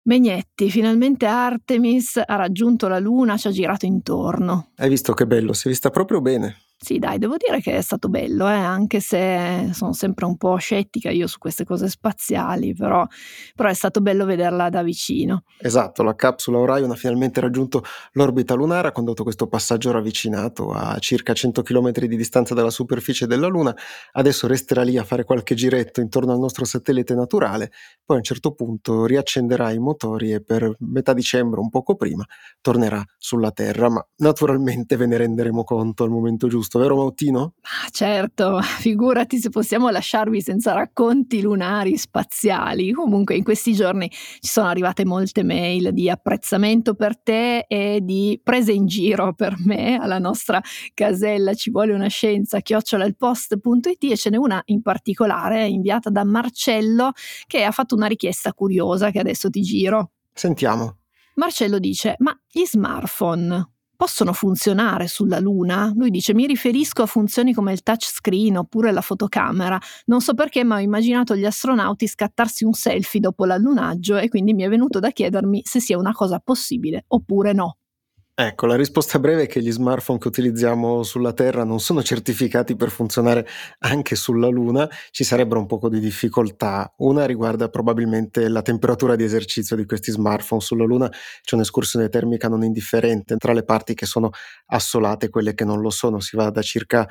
Megnetti, finalmente Artemis ha raggiunto la Luna, ci ha girato intorno. Hai visto che bello, si è vista proprio bene. Sì, dai, devo dire che è stato bello, anche se sono sempre un po' scettica io su queste cose spaziali, però è stato bello vederla da vicino. Esatto, la capsula Orion ha finalmente raggiunto l'orbita lunare, ha condotto questo passaggio ravvicinato a circa 100 km di distanza dalla superficie della Luna. Adesso resterà lì a fare qualche giretto intorno al nostro satellite naturale, poi a un certo punto riaccenderà i motori e per metà dicembre, un poco prima, tornerà sulla Terra, ma naturalmente ve ne renderemo conto al momento giusto, vero Mautino? Ah, certo, figurati se possiamo lasciarvi senza racconti lunari spaziali. Comunque in questi giorni ci sono arrivate molte mail di apprezzamento per te e di prese in giro per me alla nostra casella ci vuole una scienza @ilpost.it, e ce n'è una in particolare inviata da Marcello che ha fatto una richiesta curiosa che adesso ti giro. Sentiamo. Marcello dice: ma gli smartphone possono funzionare sulla Luna? Lui dice: mi riferisco a funzioni come il touchscreen oppure la fotocamera. Non so perché, ma ho immaginato gli astronauti scattarsi un selfie dopo l'allunaggio e quindi mi è venuto da chiedermi se sia una cosa possibile oppure no. Ecco, la risposta breve è che gli smartphone che utilizziamo sulla Terra non sono certificati per funzionare anche sulla Luna, ci sarebbero un poco di difficoltà. Una riguarda probabilmente la temperatura di esercizio di questi smartphone. Sulla Luna c'è un'escursione termica non indifferente tra le parti che sono assolate e quelle che non lo sono. Si va da circa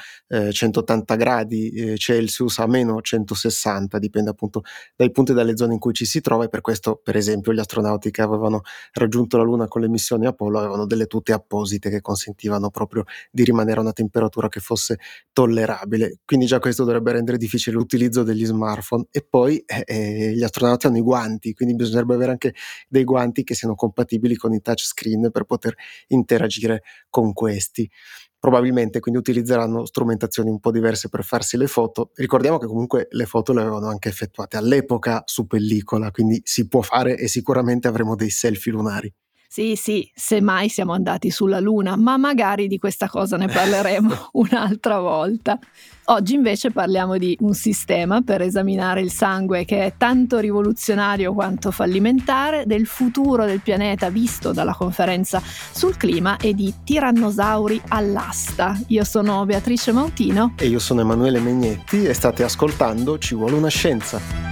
180 gradi Celsius a meno 160, dipende appunto dai punti e dalle zone in cui ci si trova, e per questo, per esempio, gli astronauti che avevano raggiunto la Luna con le missioni Apollo avevano delle tute apposite che consentivano proprio di rimanere a una temperatura che fosse tollerabile. Quindi già questo dovrebbe rendere difficile l'utilizzo degli smartphone. E poi gli astronauti hanno i guanti, quindi bisognerebbe avere anche dei guanti che siano compatibili con i touchscreen per poter interagire con questi. Probabilmente quindi utilizzeranno strumentazioni un po' diverse per farsi le foto. Ricordiamo che comunque le foto le avevano anche effettuate all'epoca su pellicola, quindi si può fare e sicuramente avremo dei selfie lunari. Sì, se mai siamo andati sulla Luna, ma magari di questa cosa ne parleremo un'altra volta. Oggi invece parliamo di un sistema per esaminare il sangue che è tanto rivoluzionario quanto fallimentare, del futuro del pianeta visto dalla conferenza sul clima e di tirannosauri all'asta. Io sono Beatrice Mautino. E io sono Emanuele Megnetti e state ascoltando Ci vuole una scienza.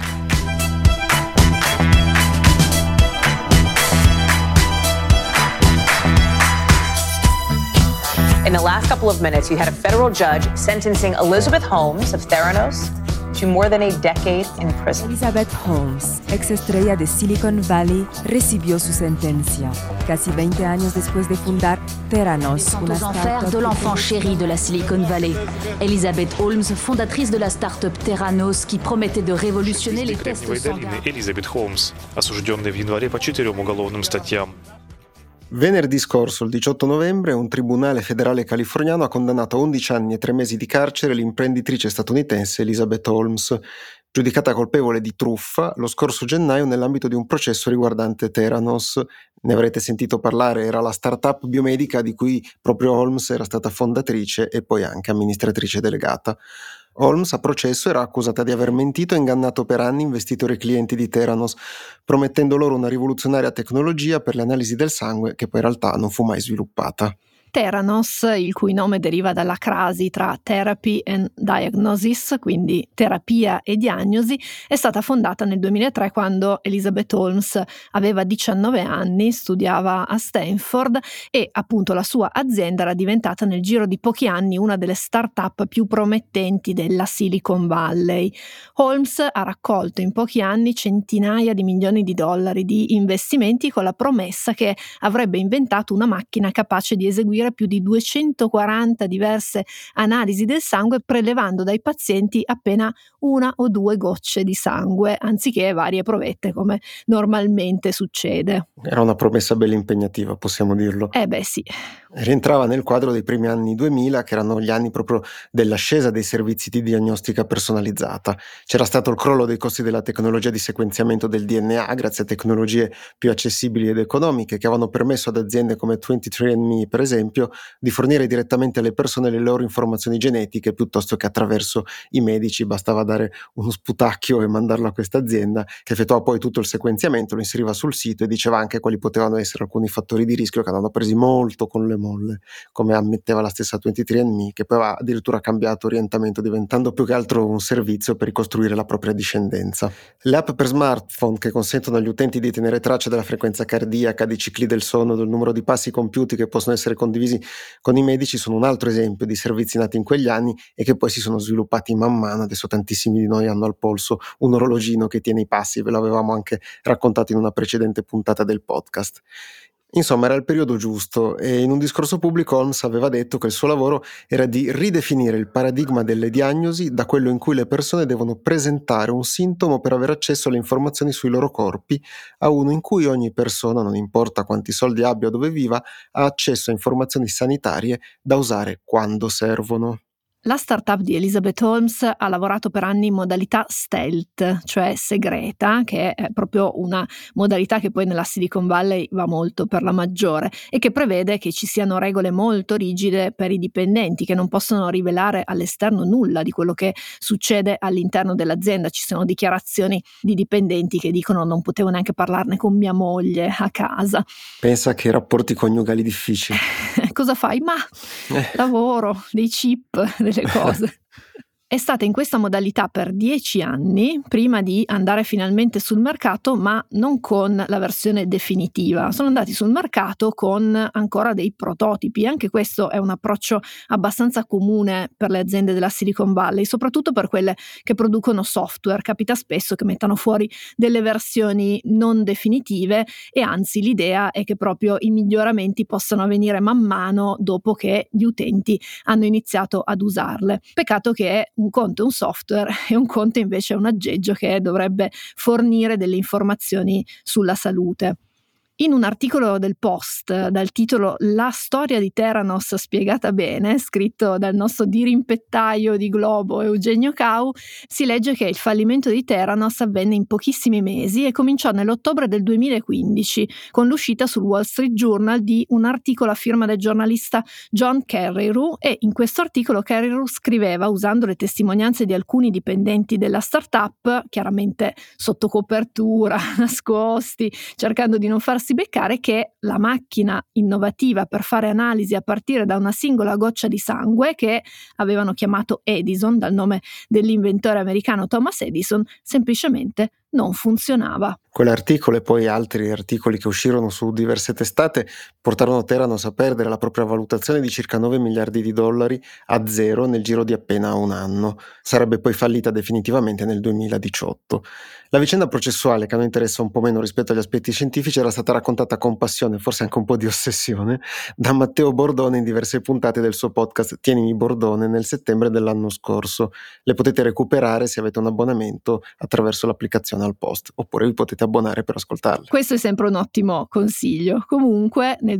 In the last couple of minutes, you had a federal judge sentencing Elizabeth Holmes of Theranos to more than a decade in prison. Elizabeth Holmes, ex estrella de Silicon Valley, recibió su sentencia. Casi 20 años después de fundar Theranos, una startup de l'enfant chéri de la Silicon Valley. Elizabeth Holmes, fondatrice de la startup Theranos, qui promettait de révolutionner les tests sanguins. Elizabeth Holmes, осужденный в январе по 4 уголовным статьям. Venerdì scorso, il 18 novembre, un tribunale federale californiano ha condannato a 11 anni e 3 mesi di carcere l'imprenditrice statunitense Elizabeth Holmes, giudicata colpevole di truffa lo scorso gennaio nell'ambito di un processo riguardante Theranos. Ne avrete sentito parlare, era la startup biomedica di cui proprio Holmes era stata fondatrice e poi anche amministratrice delegata. Holmes a processo era accusata di aver mentito e ingannato per anni investitori e clienti di Theranos, promettendo loro una rivoluzionaria tecnologia per le analisi del sangue che poi in realtà non fu mai sviluppata. Theranos, il cui nome deriva dalla crasi tra therapy and diagnosis, quindi terapia e diagnosi, è stata fondata nel 2003 quando Elizabeth Holmes aveva 19 anni, studiava a Stanford e appunto la sua azienda era diventata nel giro di pochi anni una delle start-up più promettenti della Silicon Valley. Holmes ha raccolto in pochi anni centinaia di milioni di dollari di investimenti con la promessa che avrebbe inventato una macchina capace di eseguire più di 240 diverse analisi del sangue, prelevando dai pazienti appena 1 o 2 gocce di sangue, anziché varie provette come normalmente succede. Era una promessa bella impegnativa, possiamo dirlo. Beh sì, Rientrava nel quadro dei primi anni 2000, che erano gli anni proprio dell'ascesa dei servizi di diagnostica personalizzata. C'era stato il crollo dei costi della tecnologia di sequenziamento del DNA grazie a tecnologie più accessibili ed economiche che avevano permesso ad aziende come 23andMe, per esempio, di fornire direttamente alle persone le loro informazioni genetiche piuttosto che attraverso i medici. Bastava dare uno sputacchio e mandarlo a questa azienda, che effettuava poi tutto il sequenziamento, lo inseriva sul sito e diceva anche quali potevano essere alcuni fattori di rischio che andavano presi molto con le molle, come ammetteva la stessa 23andMe, che poi aveva addirittura cambiato orientamento, diventando più che altro un servizio per ricostruire la propria discendenza. Le app per smartphone che consentono agli utenti di tenere traccia della frequenza cardiaca, dei cicli del sonno, del numero di passi compiuti che possono essere condivisi con i medici sono un altro esempio di servizi nati in quegli anni e che poi si sono sviluppati man mano. Adesso tantissimi di noi hanno al polso un orologino che tiene i passi, ve l'avevamo anche raccontato in una precedente puntata del podcast. Insomma, era il periodo giusto e in un discorso pubblico Holmes aveva detto che il suo lavoro era di ridefinire il paradigma delle diagnosi da quello in cui le persone devono presentare un sintomo per avere accesso alle informazioni sui loro corpi a uno in cui ogni persona, non importa quanti soldi abbia o dove viva, ha accesso a informazioni sanitarie da usare quando servono. La startup di Elizabeth Holmes ha lavorato per anni in modalità stealth, cioè segreta, che è proprio una modalità che poi nella Silicon Valley va molto per la maggiore e che prevede che ci siano regole molto rigide per i dipendenti che non possono rivelare all'esterno nulla di quello che succede all'interno dell'azienda. Ci sono dichiarazioni di dipendenti che dicono non potevo neanche parlarne con mia moglie a casa. Pensa che rapporti coniugali difficili. Cosa fai? Ma lavoro, dei chip, delle cose. È stata in questa modalità per 10 anni prima di andare finalmente sul mercato, ma non con la versione definitiva. Sono andati sul mercato con ancora dei prototipi. Anche questo è un approccio abbastanza comune per le aziende della Silicon Valley, soprattutto per quelle che producono software. Capita spesso che mettano fuori delle versioni non definitive e anzi l'idea è che proprio i miglioramenti possano avvenire man mano dopo che gli utenti hanno iniziato ad usarle. Peccato che un conto è un software e un conto invece è un aggeggio che dovrebbe fornire delle informazioni sulla salute. In un articolo del Post dal titolo La storia di Theranos spiegata bene, scritto dal nostro dirimpettaio di Globo Eugenio Cau, si legge che il fallimento di Theranos avvenne in pochissimi mesi e cominciò nell'ottobre del 2015 con l'uscita sul Wall Street Journal di un articolo a firma del giornalista John Carreyrou, e in questo articolo Carreyrou scriveva, usando le testimonianze di alcuni dipendenti della startup, chiaramente sotto copertura, nascosti, cercando di non farsi beccare, che la macchina innovativa per fare analisi a partire da una singola goccia di sangue, che avevano chiamato Edison dal nome dell'inventore americano Thomas Edison, semplicemente non funzionava. Quell'articolo e poi altri articoli che uscirono su diverse testate portarono Theranos a perdere la propria valutazione di circa 9 miliardi di dollari a zero nel giro di appena un anno. Sarebbe poi fallita definitivamente nel 2018. La vicenda processuale, che a noi interessa un po' meno rispetto agli aspetti scientifici, era stata raccontata con passione, forse anche un po' di ossessione, da Matteo Bordone in diverse puntate del suo podcast Tienimi Bordone nel settembre dell'anno scorso. Le potete recuperare se avete un abbonamento attraverso l'applicazione al Post, oppure vi potete abbonare per ascoltarle. Questo è sempre un ottimo consiglio. Comunque nel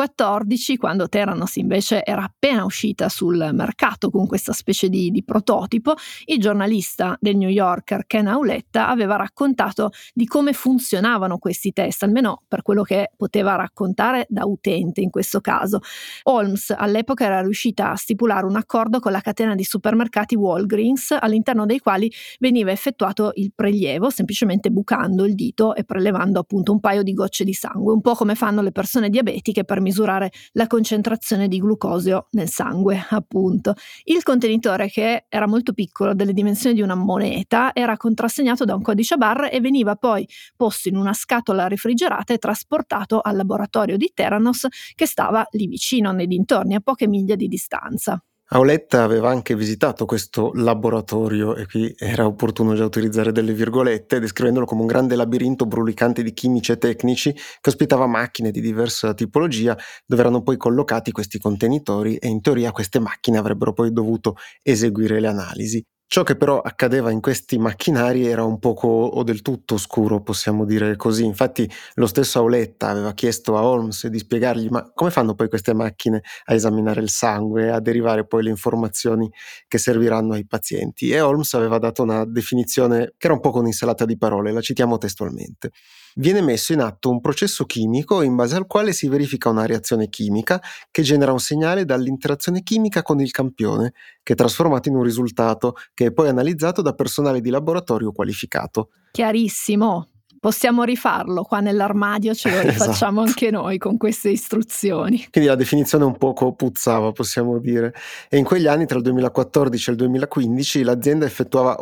2014, quando Theranos invece era appena uscita sul mercato con questa specie di prototipo, il giornalista del New Yorker Ken Auletta aveva raccontato di come funzionavano questi test, almeno per quello che poteva raccontare da utente in questo caso. Holmes all'epoca era riuscita a stipulare un accordo con la catena di supermercati Walgreens, all'interno dei quali veniva effettuato il prelievo semplicemente bucando il dito e prelevando appunto un paio di gocce di sangue, un po' come fanno le persone diabetiche per misurare la concentrazione di glucosio nel sangue, appunto. Il contenitore, che era molto piccolo, delle dimensioni di una moneta, era contrassegnato da un codice a barre e veniva poi posto in una scatola refrigerata e trasportato al laboratorio di Theranos, che stava lì vicino nei dintorni, a poche miglia di distanza. Auletta aveva anche visitato questo laboratorio, e qui era opportuno già utilizzare delle virgolette, descrivendolo come un grande labirinto brulicante di chimici e tecnici che ospitava macchine di diversa tipologia dove erano poi collocati questi contenitori, e in teoria queste macchine avrebbero poi dovuto eseguire le analisi. Ciò che però accadeva in questi macchinari era un poco o del tutto oscuro, possiamo dire così. Infatti lo stesso Auletta aveva chiesto a Holmes di spiegargli ma come fanno poi queste macchine a esaminare il sangue e a derivare poi le informazioni che serviranno ai pazienti? E Holmes aveva dato una definizione che era un po' un'insalata di parole, la citiamo testualmente. Viene messo in atto un processo chimico in base al quale si verifica una reazione chimica che genera un segnale dall'interazione chimica con il campione, che è trasformato in un risultato che è poi analizzato da personale di laboratorio qualificato. Chiarissimo. Possiamo rifarlo qua nell'armadio, ce lo rifacciamo anche noi con queste istruzioni. Quindi la definizione un poco puzzava, possiamo dire. E in quegli anni, tra il 2014 e il 2015, l'azienda effettuava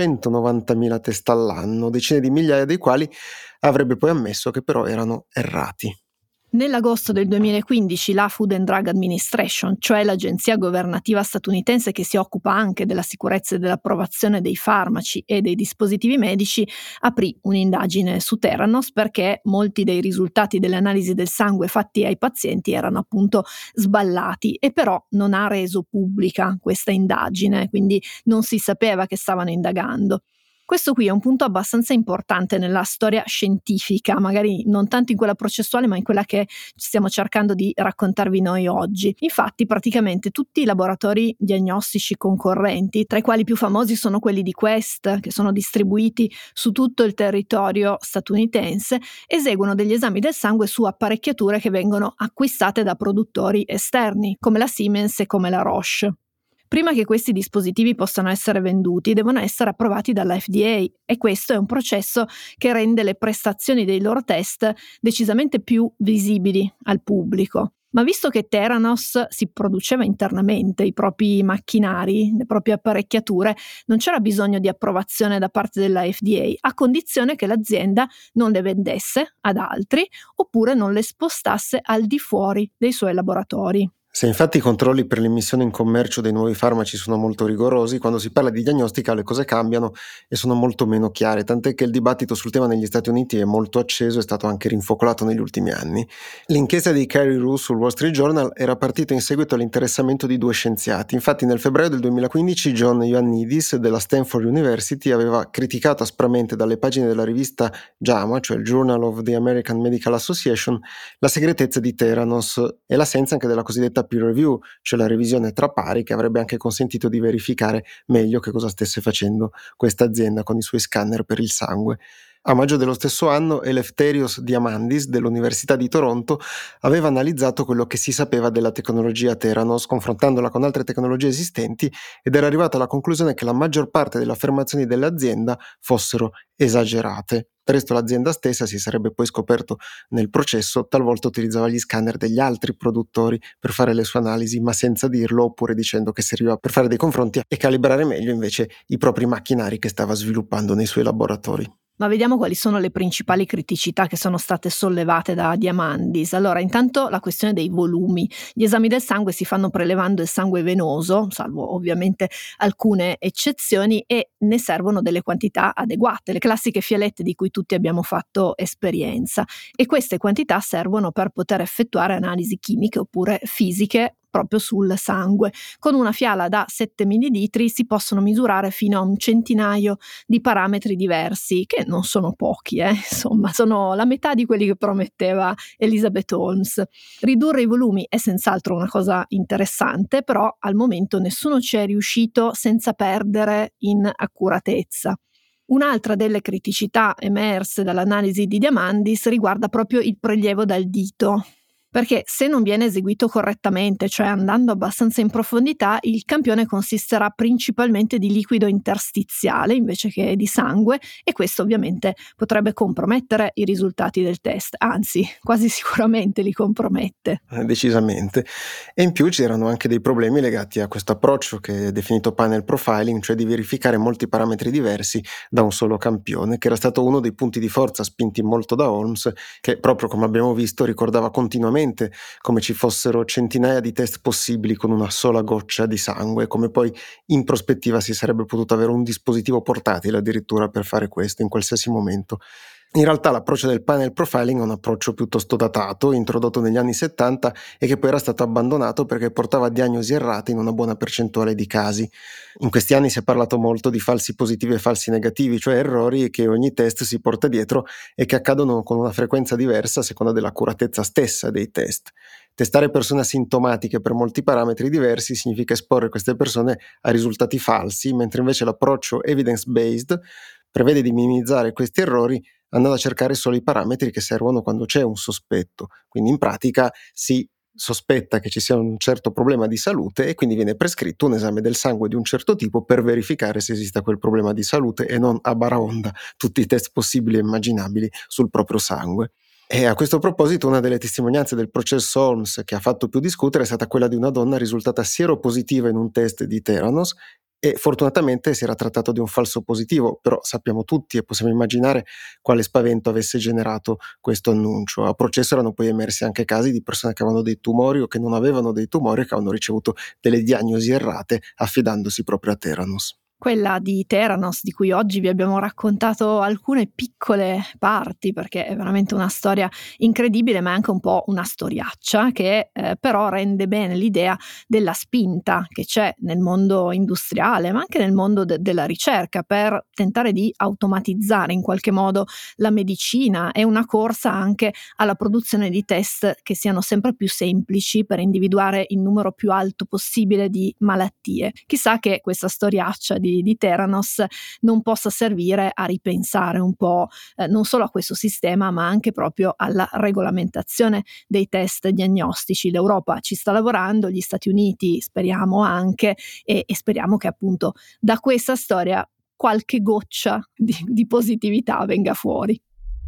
890.000 test all'anno, decine di migliaia dei quali avrebbe poi ammesso che però erano errati. Nell'agosto del 2015 la Food and Drug Administration, cioè l'agenzia governativa statunitense che si occupa anche della sicurezza e dell'approvazione dei farmaci e dei dispositivi medici, aprì un'indagine su Theranos perché molti dei risultati delle analisi del sangue fatti ai pazienti erano appunto sballati e però non ha reso pubblica questa indagine, quindi non si sapeva che stavano indagando. Questo qui è un punto abbastanza importante nella storia scientifica, magari non tanto in quella processuale, ma in quella che stiamo cercando di raccontarvi noi oggi. Infatti, praticamente tutti i laboratori diagnostici concorrenti, tra i quali i più famosi sono quelli di Quest, che sono distribuiti su tutto il territorio statunitense, eseguono degli esami del sangue su apparecchiature che vengono acquistate da produttori esterni, come la Siemens e come la Roche. Prima che questi dispositivi possano essere venduti, devono essere approvati dalla FDA e questo è un processo che rende le prestazioni dei loro test decisamente più visibili al pubblico. Ma visto che Theranos si produceva internamente i propri macchinari, le proprie apparecchiature, non c'era bisogno di approvazione da parte della FDA, a condizione che l'azienda non le vendesse ad altri oppure non le spostasse al di fuori dei suoi laboratori. Se infatti i controlli per l'immissione in commercio dei nuovi farmaci sono molto rigorosi, quando si parla di diagnostica le cose cambiano e sono molto meno chiare, tant'è che il dibattito sul tema negli Stati Uniti è molto acceso e è stato anche rinfocolato negli ultimi anni. L'inchiesta di Carrie Roux sul Wall Street Journal era partita in seguito all'interessamento di due scienziati. Infatti nel febbraio del 2015 John Ioannidis della Stanford University aveva criticato aspramente dalle pagine della rivista JAMA, cioè il Journal of the American Medical Association, la segretezza di Theranos e l'assenza anche della cosiddetta peer review, cioè la revisione tra pari che avrebbe anche consentito di verificare meglio che cosa stesse facendo questa azienda con i suoi scanner per il sangue. A maggio dello stesso anno Eleftherios Diamandis dell'Università di Toronto aveva analizzato quello che si sapeva della tecnologia Theranos confrontandola con altre tecnologie esistenti ed era arrivato alla conclusione che la maggior parte delle affermazioni dell'azienda fossero esagerate. Presto l'azienda stessa, si sarebbe poi scoperto nel processo, talvolta utilizzava gli scanner degli altri produttori per fare le sue analisi, ma senza dirlo oppure dicendo che serviva per fare dei confronti e calibrare meglio invece i propri macchinari che stava sviluppando nei suoi laboratori. Ma vediamo quali sono le principali criticità che sono state sollevate da Diamandis. Allora, intanto la questione dei volumi. Gli esami del sangue si fanno prelevando il sangue venoso, salvo ovviamente alcune eccezioni, e ne servono delle quantità adeguate, le classiche fialette di cui tutti abbiamo fatto esperienza. E queste quantità servono per poter effettuare analisi chimiche oppure fisiche proprio sul sangue. Con una fiala da 7 ml si possono misurare fino a un centinaio di parametri diversi, che non sono pochi, insomma, sono la metà di quelli che prometteva Elizabeth Holmes. Ridurre i volumi è senz'altro una cosa interessante, però al momento nessuno ci è riuscito senza perdere in accuratezza. Un'altra delle criticità emerse dall'analisi di Diamandis riguarda proprio il prelievo dal dito. Perché se non viene eseguito correttamente, cioè andando abbastanza in profondità, il campione consisterà principalmente di liquido interstiziale invece che di sangue e questo ovviamente potrebbe compromettere i risultati del test, anzi quasi sicuramente li compromette. Decisamente. E in più c'erano anche dei problemi legati a questo approccio che è definito panel profiling, cioè di verificare molti parametri diversi da un solo campione, che era stato uno dei punti di forza spinti molto da Holmes, che proprio come abbiamo visto ricordava continuamente come ci fossero centinaia di test possibili con una sola goccia di sangue, come poi in prospettiva si sarebbe potuto avere un dispositivo portatile addirittura per fare questo in qualsiasi momento. In realtà l'approccio del panel profiling è un approccio piuttosto datato, introdotto negli anni 70 e che poi era stato abbandonato perché portava a diagnosi errate in una buona percentuale di casi. In questi anni si è parlato molto di falsi positivi e falsi negativi, cioè errori che ogni test si porta dietro e che accadono con una frequenza diversa a seconda dell'accuratezza stessa dei test. Testare persone asintomatiche per molti parametri diversi significa esporre queste persone a risultati falsi, mentre invece l'approccio evidence-based prevede di minimizzare questi errori andando a cercare solo i parametri che servono quando c'è un sospetto. Quindi in pratica si sospetta che ci sia un certo problema di salute e quindi viene prescritto un esame del sangue di un certo tipo per verificare se esista quel problema di salute e non a baraonda tutti i test possibili e immaginabili sul proprio sangue. E a questo proposito una delle testimonianze del processo Holmes che ha fatto più discutere è stata quella di una donna risultata sieropositiva in un test di Theranos e fortunatamente si era trattato di un falso positivo, però sappiamo tutti e possiamo immaginare quale spavento avesse generato questo annuncio. A processo erano poi emersi anche casi di persone che avevano dei tumori o che non avevano dei tumori e che avevano ricevuto delle diagnosi errate affidandosi proprio a Theranos. Quella di Theranos, di cui oggi vi abbiamo raccontato alcune piccole parti, perché è veramente una storia incredibile, ma è anche un po' una storiaccia che però rende bene l'idea della spinta che c'è nel mondo industriale, ma anche nel mondo della ricerca per tentare di automatizzare in qualche modo la medicina e una corsa anche alla produzione di test che siano sempre più semplici per individuare il numero più alto possibile di malattie. Chissà che questa storiaccia di Theranos non possa servire a ripensare un po' non solo a questo sistema ma anche proprio alla regolamentazione dei test diagnostici. L'Europa ci sta lavorando, gli Stati Uniti speriamo anche e speriamo che appunto da questa storia qualche goccia di positività venga fuori.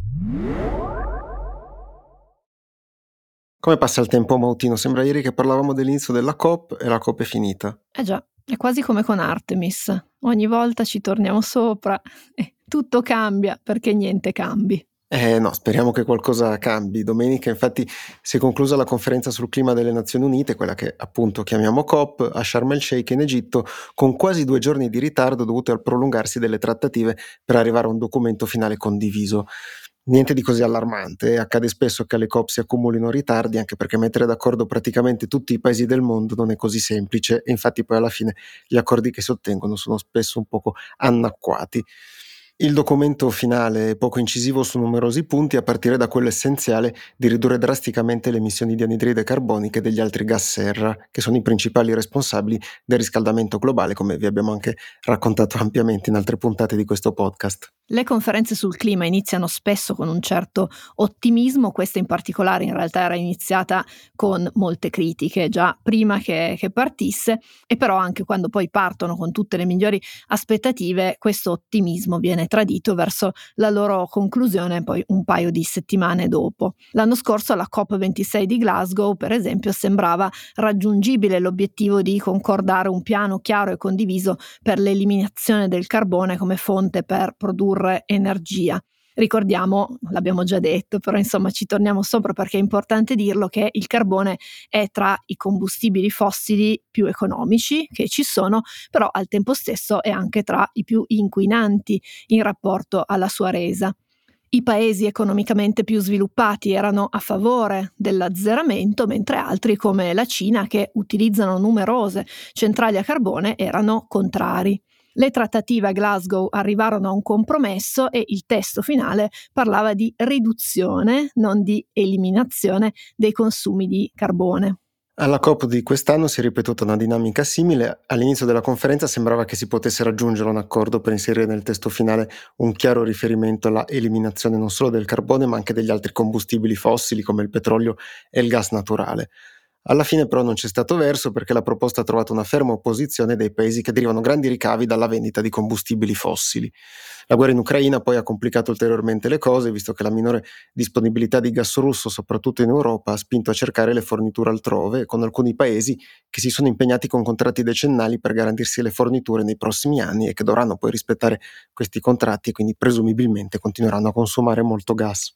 Come passa il tempo, Mautino? Sembra ieri che parlavamo dell'inizio della COP e la COP è finita. Già, è quasi come con Artemis. Ogni volta ci torniamo sopra e tutto cambia perché niente cambi. No, speriamo che qualcosa cambi. Domenica infatti si è conclusa la conferenza sul clima delle Nazioni Unite, quella che appunto chiamiamo COP, a Sharm el Sheikh in Egitto, con quasi 2 giorni di ritardo dovuti al prolungarsi delle trattative per arrivare a un documento finale condiviso. Niente di così allarmante, accade spesso che alle COP si accumulino ritardi, anche perché mettere d'accordo praticamente tutti i paesi del mondo non è così semplice e infatti poi alla fine gli accordi che si ottengono sono spesso un poco annacquati. Il documento finale è poco incisivo su numerosi punti, a partire da quello essenziale di ridurre drasticamente le emissioni di anidride carbonica e degli altri gas serra, che sono i principali responsabili del riscaldamento globale, come vi abbiamo anche raccontato ampiamente in altre puntate di questo podcast. Le conferenze sul clima iniziano spesso con un certo ottimismo, questa in particolare in realtà era iniziata con molte critiche già prima che partisse, e però anche quando poi partono con tutte le migliori aspettative questo ottimismo viene tradito verso la loro conclusione poi un paio di settimane dopo. L'anno scorso alla COP26 di Glasgow, per esempio, sembrava raggiungibile l'obiettivo di concordare un piano chiaro e condiviso per l'eliminazione del carbone come fonte per produrre energia. Ricordiamo, l'abbiamo già detto, però insomma ci torniamo sopra perché è importante dirlo, che il carbone è tra i combustibili fossili più economici che ci sono, però al tempo stesso è anche tra i più inquinanti in rapporto alla sua resa. I paesi economicamente più sviluppati erano a favore dell'azzeramento, mentre altri come la Cina, che utilizzano numerose centrali a carbone, erano contrari. Le trattative a Glasgow arrivarono a un compromesso e il testo finale parlava di riduzione, non di eliminazione dei consumi di carbone. Alla COP di quest'anno si è ripetuta una dinamica simile. All'inizio della conferenza sembrava che si potesse raggiungere un accordo per inserire nel testo finale un chiaro riferimento alla eliminazione non solo del carbone ma anche degli altri combustibili fossili come il petrolio e il gas naturale. Alla fine però non c'è stato verso, perché la proposta ha trovato una ferma opposizione dei paesi che derivano grandi ricavi dalla vendita di combustibili fossili. La guerra in Ucraina poi ha complicato ulteriormente le cose, visto che la minore disponibilità di gas russo, soprattutto in Europa, ha spinto a cercare le forniture altrove, con alcuni paesi che si sono impegnati con contratti decennali per garantirsi le forniture nei prossimi anni e che dovranno poi rispettare questi contratti e quindi presumibilmente continueranno a consumare molto gas.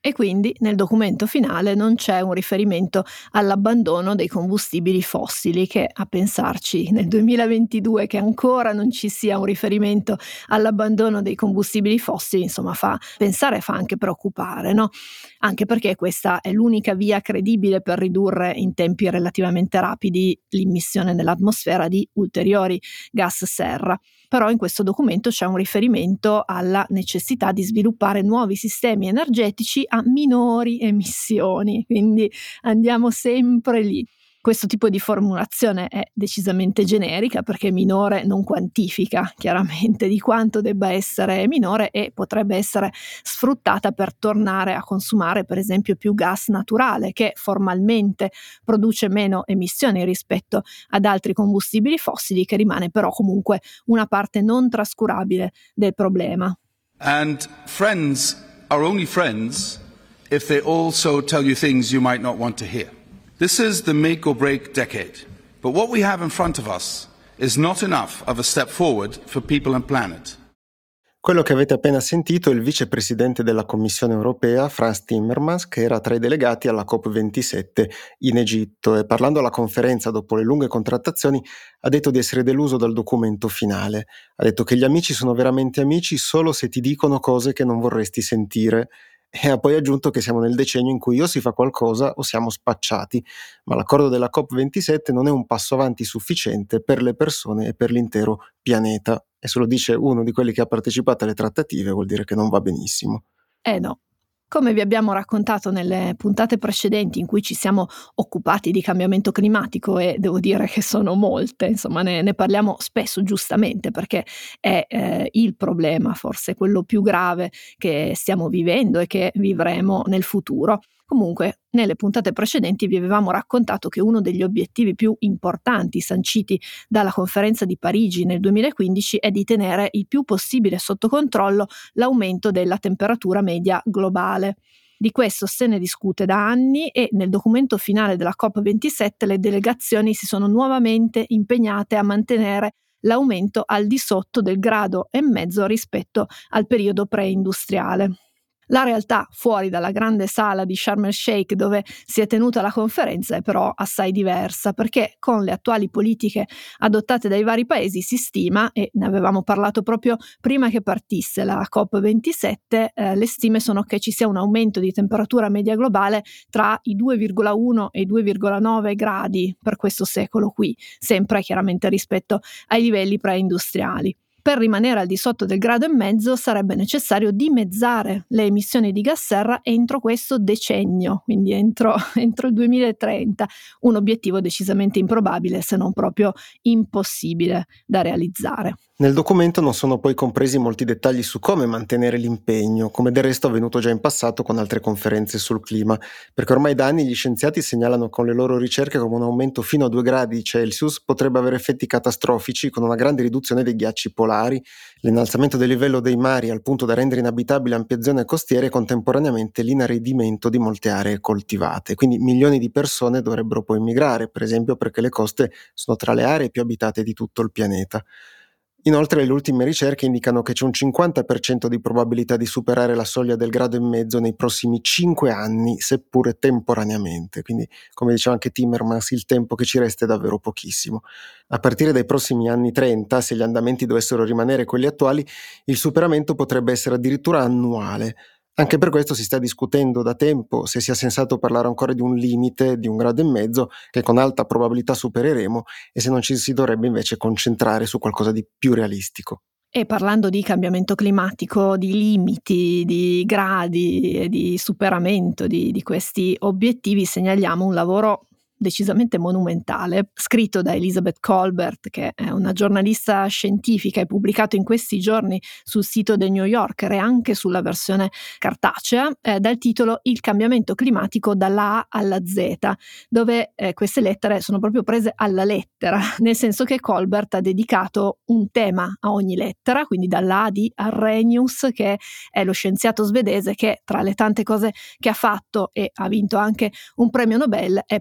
E quindi nel documento finale non c'è un riferimento all'abbandono dei combustibili fossili, che a pensarci nel 2022 che ancora non ci sia un riferimento all'abbandono dei combustibili fossili, insomma fa pensare e fa anche preoccupare, no? Anche perché questa è l'unica via credibile per ridurre in tempi relativamente rapidi l'immissione nell'atmosfera di ulteriori gas serra. Però in questo documento c'è un riferimento alla necessità di sviluppare nuovi sistemi energetici a minori emissioni, quindi andiamo sempre lì. Questo tipo di formulazione è decisamente generica perché minore non quantifica chiaramente di quanto debba essere minore e potrebbe essere sfruttata per tornare a consumare per esempio più gas naturale, che formalmente produce meno emissioni rispetto ad altri combustibili fossili, che rimane però comunque una parte non trascurabile del problema. And friends are only friends if they also tell you things you might not want to hear. This is the make or break decade, but what we have in front of us is not enough of a step forward for people and planet. Quello che avete appena sentito è il vicepresidente della Commissione europea, Frans Timmermans, che era tra i delegati alla COP27 in Egitto e parlando alla conferenza dopo le lunghe contrattazioni ha detto di essere deluso dal documento finale. Ha detto che gli amici sono veramente amici solo se ti dicono cose che non vorresti sentire. E ha poi aggiunto che siamo nel decennio in cui o si fa qualcosa o siamo spacciati, ma l'accordo della COP27 non è un passo avanti sufficiente per le persone e per l'intero pianeta. E se lo dice uno di quelli che ha partecipato alle trattative vuol dire che non va benissimo. No. Come vi abbiamo raccontato nelle puntate precedenti in cui ci siamo occupati di cambiamento climatico, e devo dire che sono molte, insomma ne parliamo spesso giustamente perché è il problema, forse quello più grave che stiamo vivendo e che vivremo nel futuro. Comunque, nelle puntate precedenti vi avevamo raccontato che uno degli obiettivi più importanti sanciti dalla conferenza di Parigi nel 2015 è di tenere il più possibile sotto controllo l'aumento della temperatura media globale. Di questo se ne discute da anni e nel documento finale della COP27 le delegazioni si sono nuovamente impegnate a mantenere l'aumento al di sotto del 1,5 gradi rispetto al periodo preindustriale. La realtà fuori dalla grande sala di Sharm el-Sheikh dove si è tenuta la conferenza è però assai diversa, perché con le attuali politiche adottate dai vari paesi si stima, e ne avevamo parlato proprio prima che partisse la COP27, le stime sono che ci sia un aumento di temperatura media globale tra i 2,1 e i 2,9 gradi per questo secolo qui, sempre chiaramente rispetto ai livelli preindustriali. Per rimanere al di sotto del 1,5 gradi sarebbe necessario dimezzare le emissioni di gas serra entro questo decennio, quindi entro il 2030, un obiettivo decisamente improbabile se non proprio impossibile da realizzare. Nel documento non sono poi compresi molti dettagli su come mantenere l'impegno, come del resto è avvenuto già in passato con altre conferenze sul clima, perché ormai da anni gli scienziati segnalano con le loro ricerche come un aumento fino a 2 gradi Celsius potrebbe avere effetti catastrofici con una grande riduzione dei ghiacci polari, l'innalzamento del livello dei mari al punto da rendere inabitabili ampie zone costiere e contemporaneamente l'inaridimento di molte aree coltivate. Quindi milioni di persone dovrebbero poi migrare, per esempio perché le coste sono tra le aree più abitate di tutto il pianeta. Inoltre le ultime ricerche indicano che c'è un 50% di probabilità di superare la soglia del 1,5 gradi nei prossimi 5 anni, seppure temporaneamente. Quindi, come diceva anche Timmermans, il tempo che ci resta è davvero pochissimo. A partire dai prossimi anni 30, se gli andamenti dovessero rimanere quelli attuali, il superamento potrebbe essere addirittura annuale. Anche per questo si sta discutendo da tempo se sia sensato parlare ancora di un limite di 1,5 gradi che con alta probabilità supereremo e se non ci si dovrebbe invece concentrare su qualcosa di più realistico. E parlando di cambiamento climatico, di limiti, di gradi e di superamento di questi obiettivi, segnaliamo un lavoro decisamente monumentale, scritto da Elizabeth Kolbert, che è una giornalista scientifica e pubblicato in questi giorni sul sito del New Yorker e anche sulla versione cartacea, dal titolo Il cambiamento climatico dalla A alla Z, dove queste lettere sono proprio prese alla lettera, nel senso che Kolbert ha dedicato un tema a ogni lettera, quindi dalla A di Arrhenius, che è lo scienziato svedese che tra le tante cose che ha fatto e ha vinto anche un premio Nobel è però responsabile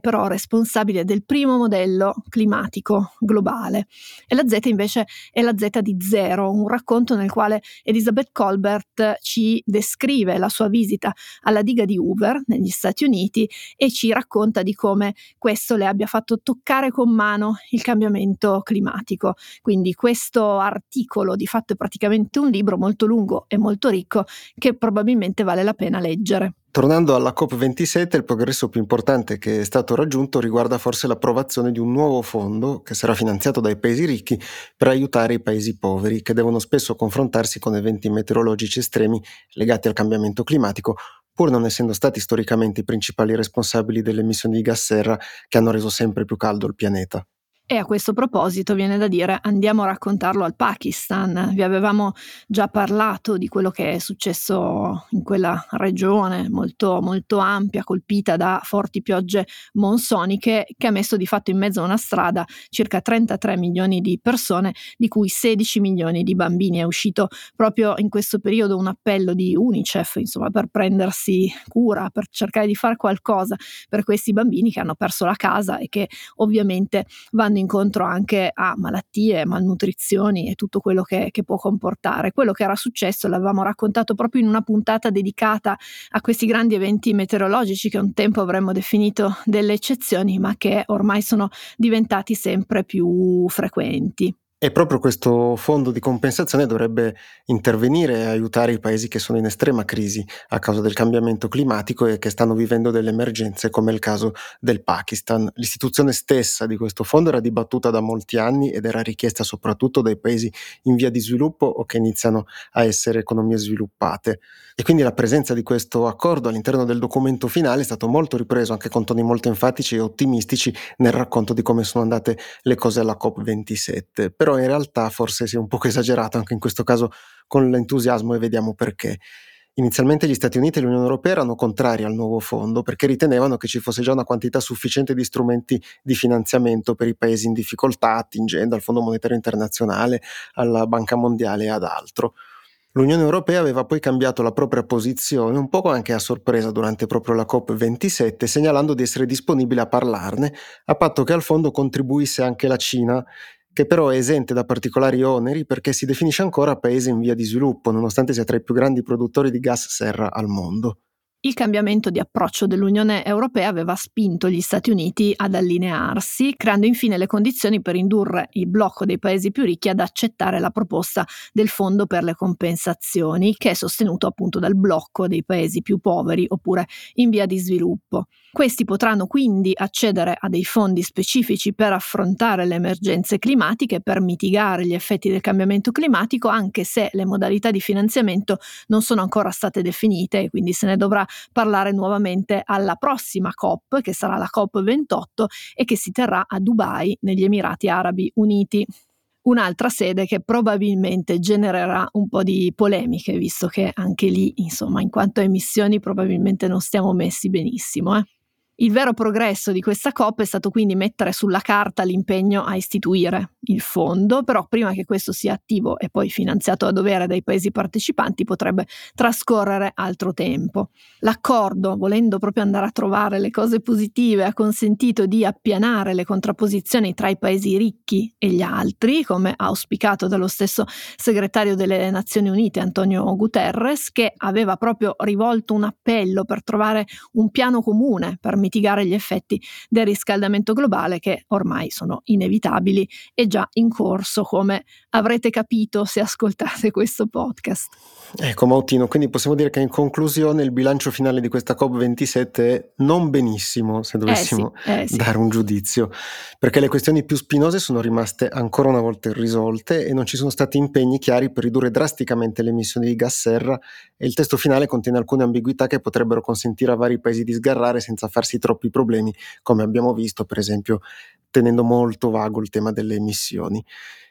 responsabile del primo modello climatico globale. E la Z invece è la Z di Zero, un racconto nel quale Elizabeth Kolbert ci descrive la sua visita alla diga di Hoover negli Stati Uniti e ci racconta di come questo le abbia fatto toccare con mano il cambiamento climatico. Quindi questo articolo di fatto è praticamente un libro molto lungo e molto ricco che probabilmente vale la pena leggere. Tornando alla COP27, il progresso più importante che è stato raggiunto riguarda forse l'approvazione di un nuovo fondo che sarà finanziato dai paesi ricchi per aiutare i paesi poveri, che devono spesso confrontarsi con eventi meteorologici estremi legati al cambiamento climatico, pur non essendo stati storicamente i principali responsabili delle emissioni di gas serra che hanno reso sempre più caldo il pianeta. E a questo proposito viene da dire andiamo a raccontarlo al Pakistan. Vi avevamo già parlato di quello che è successo in quella regione molto, molto ampia, colpita da forti piogge monsoniche, che ha messo di fatto in mezzo a una strada circa 33 milioni di persone, di cui 16 milioni di bambini. È uscito proprio in questo periodo un appello di UNICEF, insomma, per prendersi cura, per cercare di fare qualcosa per questi bambini che hanno perso la casa e che ovviamente vanno incontro anche a malattie, malnutrizioni e tutto quello che può comportare. Quello che era successo l'avevamo raccontato proprio in una puntata dedicata a questi grandi eventi meteorologici che un tempo avremmo definito delle eccezioni, ma che ormai sono diventati sempre più frequenti. E proprio questo fondo di compensazione dovrebbe intervenire e aiutare i paesi che sono in estrema crisi a causa del cambiamento climatico e che stanno vivendo delle emergenze, come il caso del Pakistan. L'istituzione stessa di questo fondo era dibattuta da molti anni ed era richiesta soprattutto dai paesi in via di sviluppo o che iniziano a essere economie sviluppate. E quindi la presenza di questo accordo all'interno del documento finale è stato molto ripreso, anche con toni molto enfatici e ottimistici, nel racconto di come sono andate le cose alla COP27. Però in realtà forse si è un poco esagerato anche in questo caso con l'entusiasmo, e vediamo perché. Inizialmente gli Stati Uniti e l'Unione Europea erano contrari al nuovo fondo perché ritenevano che ci fosse già una quantità sufficiente di strumenti di finanziamento per i paesi in difficoltà, attingendo al Fondo Monetario Internazionale, alla Banca Mondiale e ad altro. L'Unione Europea aveva poi cambiato la propria posizione, un poco anche a sorpresa durante proprio la COP27, segnalando di essere disponibile a parlarne, a patto che al fondo contribuisse anche la Cina, che però è esente da particolari oneri perché si definisce ancora paese in via di sviluppo, nonostante sia tra i più grandi produttori di gas serra al mondo. Il cambiamento di approccio dell'Unione Europea aveva spinto gli Stati Uniti ad allinearsi, creando infine le condizioni per indurre il blocco dei paesi più ricchi ad accettare la proposta del Fondo per le compensazioni, che è sostenuto appunto dal blocco dei paesi più poveri oppure in via di sviluppo. Questi potranno quindi accedere a dei fondi specifici per affrontare le emergenze climatiche, per mitigare gli effetti del cambiamento climatico, anche se le modalità di finanziamento non sono ancora state definite e quindi se ne dovrà parlare nuovamente alla prossima COP, che sarà la COP28 e che si terrà a Dubai, negli Emirati Arabi Uniti. Un'altra sede che probabilmente genererà un po' di polemiche, visto che anche lì, insomma, in quanto a emissioni probabilmente non stiamo messi benissimo, Il vero progresso di questa COP è stato quindi mettere sulla carta l'impegno a istituire il fondo, però prima che questo sia attivo e poi finanziato a dovere dai paesi partecipanti potrebbe trascorrere altro tempo. L'accordo, volendo proprio andare a trovare le cose positive, ha consentito di appianare le contrapposizioni tra i paesi ricchi e gli altri, come auspicato dallo stesso segretario delle Nazioni Unite Antonio Guterres, che aveva proprio rivolto un appello per trovare un piano comune per mitigare gli effetti del riscaldamento globale, che ormai sono inevitabili e già in corso, come avrete capito se ascoltate questo podcast. Ecco Mautino, quindi possiamo dire che in conclusione il bilancio finale di questa COP27 è non benissimo, se dovessimo sì. dare un giudizio, perché le questioni più spinose sono rimaste ancora una volta irrisolte e non ci sono stati impegni chiari per ridurre drasticamente le emissioni di gas serra, e il testo finale contiene alcune ambiguità che potrebbero consentire a vari paesi di sgarrare senza farsi troppi problemi, come abbiamo visto per esempio tenendo molto vago il tema delle emissioni.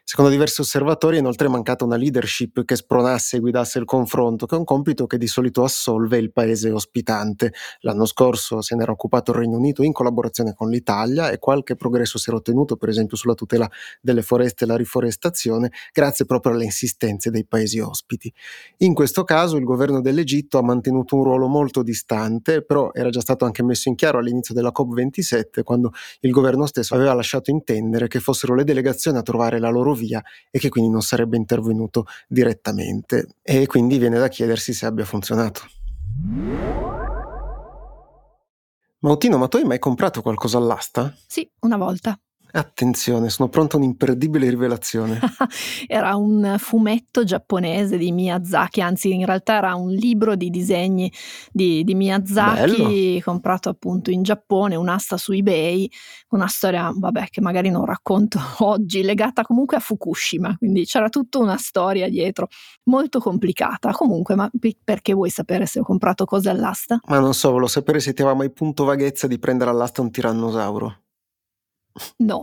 Secondo diversi osservatori è inoltre mancata una leadership che spronasse e guidasse il confronto, che è un compito che di solito assolve il paese ospitante. L'anno scorso se n'era occupato il Regno Unito in collaborazione con l'Italia e qualche progresso si era ottenuto, per esempio sulla tutela delle foreste e la riforestazione, grazie proprio alle insistenze dei paesi ospiti. In questo caso il governo dell'Egitto ha mantenuto un ruolo molto distante, però era già stato anche messo in chiaro all'inizio della COP27, quando il governo stesso aveva lasciato intendere che fossero le delegazioni a trovare la loro via e che quindi non sarebbe intervenuto direttamente, e quindi viene da chiedersi se abbia funzionato. Mautino, ma tu hai mai comprato qualcosa all'asta? Sì, una volta. Attenzione, sono pronto a un'imperdibile rivelazione. Era un fumetto giapponese di Miyazaki, anzi in realtà era un libro di disegni di Miyazaki, comprato appunto in Giappone, un'asta su eBay, una storia, che magari non racconto oggi, legata comunque a Fukushima, quindi c'era tutta una storia dietro, molto complicata. Comunque, ma perché vuoi sapere se ho comprato cose all'asta? Ma non so, volevo sapere se ti aveva mai punto vaghezza di prendere all'asta un tirannosauro. No.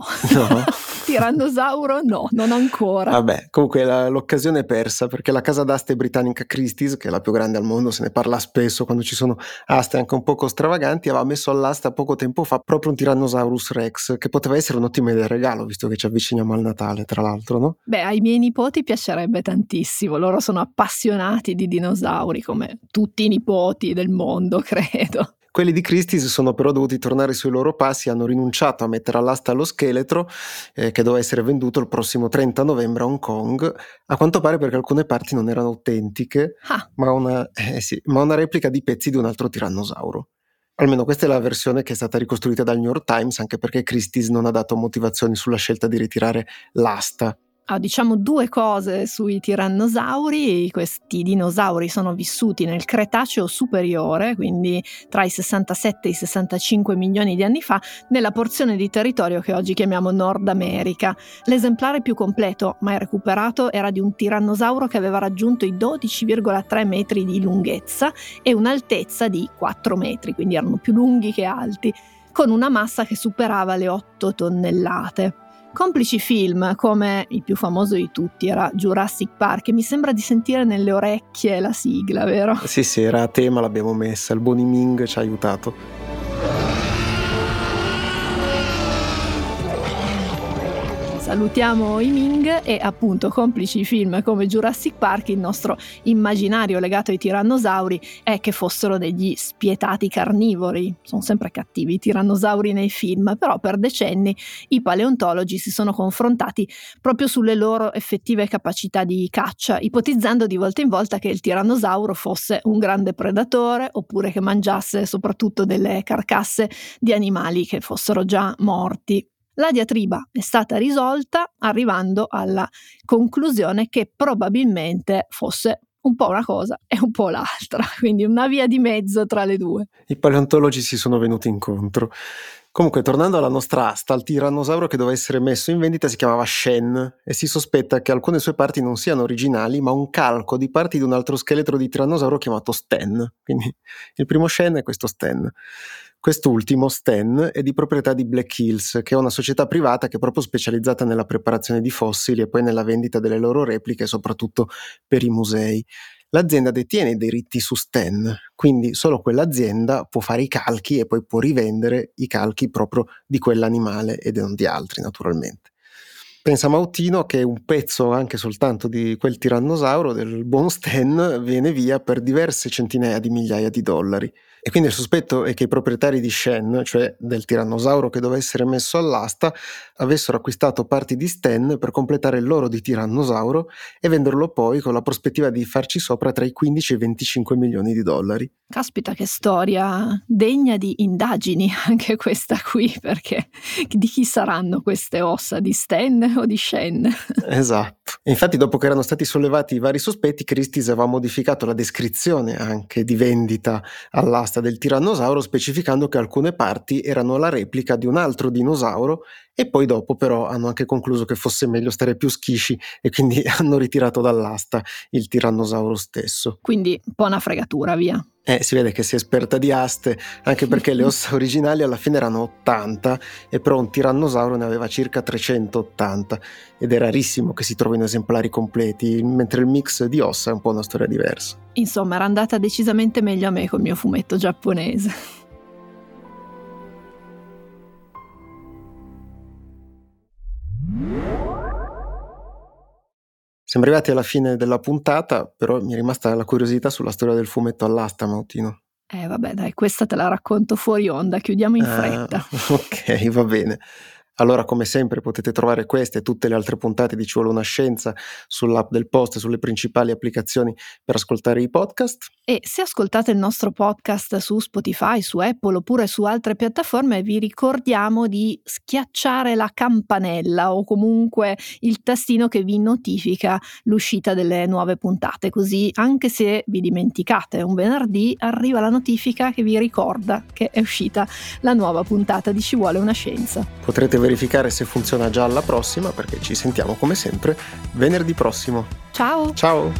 Tirannosauro no, non ancora. Vabbè, comunque l'occasione è persa, perché la casa d'aste britannica Christie's, che è la più grande al mondo, se ne parla spesso quando ci sono aste anche un poco stravaganti, aveva messo all'asta poco tempo fa proprio un Tyrannosaurus Rex, che poteva essere un'ottima idea regalo, visto che ci avviciniamo al Natale, tra l'altro, no? Ai miei nipoti piacerebbe tantissimo, loro sono appassionati di dinosauri, come tutti i nipoti del mondo, credo. Quelli di Christie's sono però dovuti tornare sui loro passi, hanno rinunciato a mettere all'asta lo scheletro, che doveva essere venduto il prossimo 30 novembre a Hong Kong, a quanto pare perché alcune parti non erano autentiche, ma una replica di pezzi di un altro tirannosauro. Almeno questa è la versione che è stata ricostruita dal New York Times, anche perché Christie's non ha dato motivazioni sulla scelta di ritirare l'asta. Diciamo due cose sui tirannosauri. Questi dinosauri sono vissuti nel Cretaceo superiore, quindi tra i 67 e i 65 milioni di anni fa, nella porzione di territorio che oggi chiamiamo Nord America. L'esemplare più completo mai recuperato era di un tirannosauro che aveva raggiunto i 12,3 metri di lunghezza e un'altezza di 4 metri, quindi erano più lunghi che alti, con una massa che superava le 8 tonnellate. Complici film come il più famoso di tutti era Jurassic Park, e mi sembra di sentire nelle orecchie la sigla, vero? Sì, era a tema, l'abbiamo messa, il buon Ming ci ha aiutato. Salutiamo i Ming e appunto, complici film come Jurassic Park, il nostro immaginario legato ai tirannosauri è che fossero degli spietati carnivori. Sono sempre cattivi i tirannosauri nei film, però per decenni i paleontologi si sono confrontati proprio sulle loro effettive capacità di caccia, ipotizzando di volta in volta che il tirannosauro fosse un grande predatore oppure che mangiasse soprattutto delle carcasse di animali che fossero già morti. La diatriba è stata risolta arrivando alla conclusione che probabilmente fosse un po' una cosa e un po' l'altra, quindi una via di mezzo tra le due. I paleontologi si sono venuti incontro. Comunque, tornando alla nostra asta, il tirannosauro che doveva essere messo in vendita si chiamava Shen e si sospetta che alcune sue parti non siano originali, ma un calco di parti di un altro scheletro di tirannosauro chiamato Sten. Quindi il primo Shen è questo Sten. Quest'ultimo, Sten, è di proprietà di Black Hills, che è una società privata che è proprio specializzata nella preparazione di fossili e poi nella vendita delle loro repliche, soprattutto per i musei. L'azienda detiene i diritti su Sten, quindi solo quell'azienda può fare i calchi e poi può rivendere i calchi proprio di quell'animale e non di altri, naturalmente. Pensa Mautino che un pezzo anche soltanto di quel tirannosauro, del buon Sten, viene via per diverse centinaia di migliaia di dollari. E quindi il sospetto è che i proprietari di Shen, cioè del tirannosauro che doveva essere messo all'asta, avessero acquistato parti di Sten per completare il loro di tirannosauro e venderlo poi con la prospettiva di farci sopra tra i 15 e i 25 milioni di dollari. Caspita, che storia degna di indagini anche questa qui, perché di chi saranno queste ossa, di Sten o di Shen? Esatto. E infatti, dopo che erano stati sollevati i vari sospetti, Christie's aveva modificato la descrizione anche di vendita all'asta del tirannosauro, specificando che alcune parti erano la replica di un altro dinosauro e poi dopo però hanno anche concluso che fosse meglio stare più schisci e quindi hanno ritirato dall'asta il tirannosauro stesso. Quindi un po' una fregatura, via. Si vede che sei esperta di aste, anche perché le ossa originali alla fine erano 80 e però un tirannosauro ne aveva circa 380 ed è rarissimo che si trovino esemplari completi, mentre il mix di ossa è un po' una storia diversa. Insomma, era andata decisamente meglio a me col mio fumetto giapponese. Siamo arrivati alla fine della puntata, però mi è rimasta la curiosità sulla storia del fumetto all'asta, Mautino. Vabbè, dai, questa te la racconto fuori onda, chiudiamo in fretta. Ok, va bene. Allora, come sempre, potete trovare queste e tutte le altre puntate di Ci vuole una scienza sull'app del Post e sulle principali applicazioni per ascoltare i podcast. E se ascoltate il nostro podcast su Spotify, su Apple oppure su altre piattaforme, vi ricordiamo di schiacciare la campanella o comunque il tastino che vi notifica l'uscita delle nuove puntate, così anche se vi dimenticate un venerdì arriva la notifica che vi ricorda che è uscita la nuova puntata di Ci vuole una scienza. Potrete verificare se funziona già alla prossima, perché ci sentiamo come sempre venerdì prossimo. Ciao! Ciao!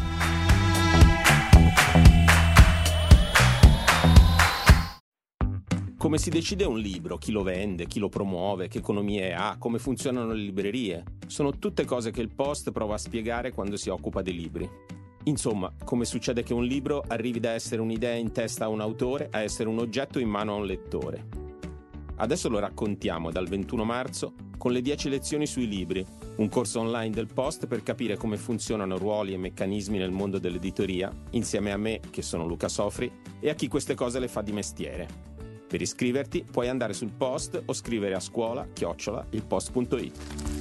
Come si decide un libro, chi lo vende, chi lo promuove, che economie ha, come funzionano le librerie? Sono tutte cose che il Post prova a spiegare quando si occupa dei libri. Insomma, come succede che un libro arrivi da essere un'idea in testa a un autore a essere un oggetto in mano a un lettore. Adesso lo raccontiamo dal 21 marzo con le 10 lezioni sui libri, un corso online del Post per capire come funzionano ruoli e meccanismi nel mondo dell'editoria, insieme a me, che sono Luca Sofri, e a chi queste cose le fa di mestiere. Per iscriverti puoi andare sul Post o scrivere a scuola@ilpost.it.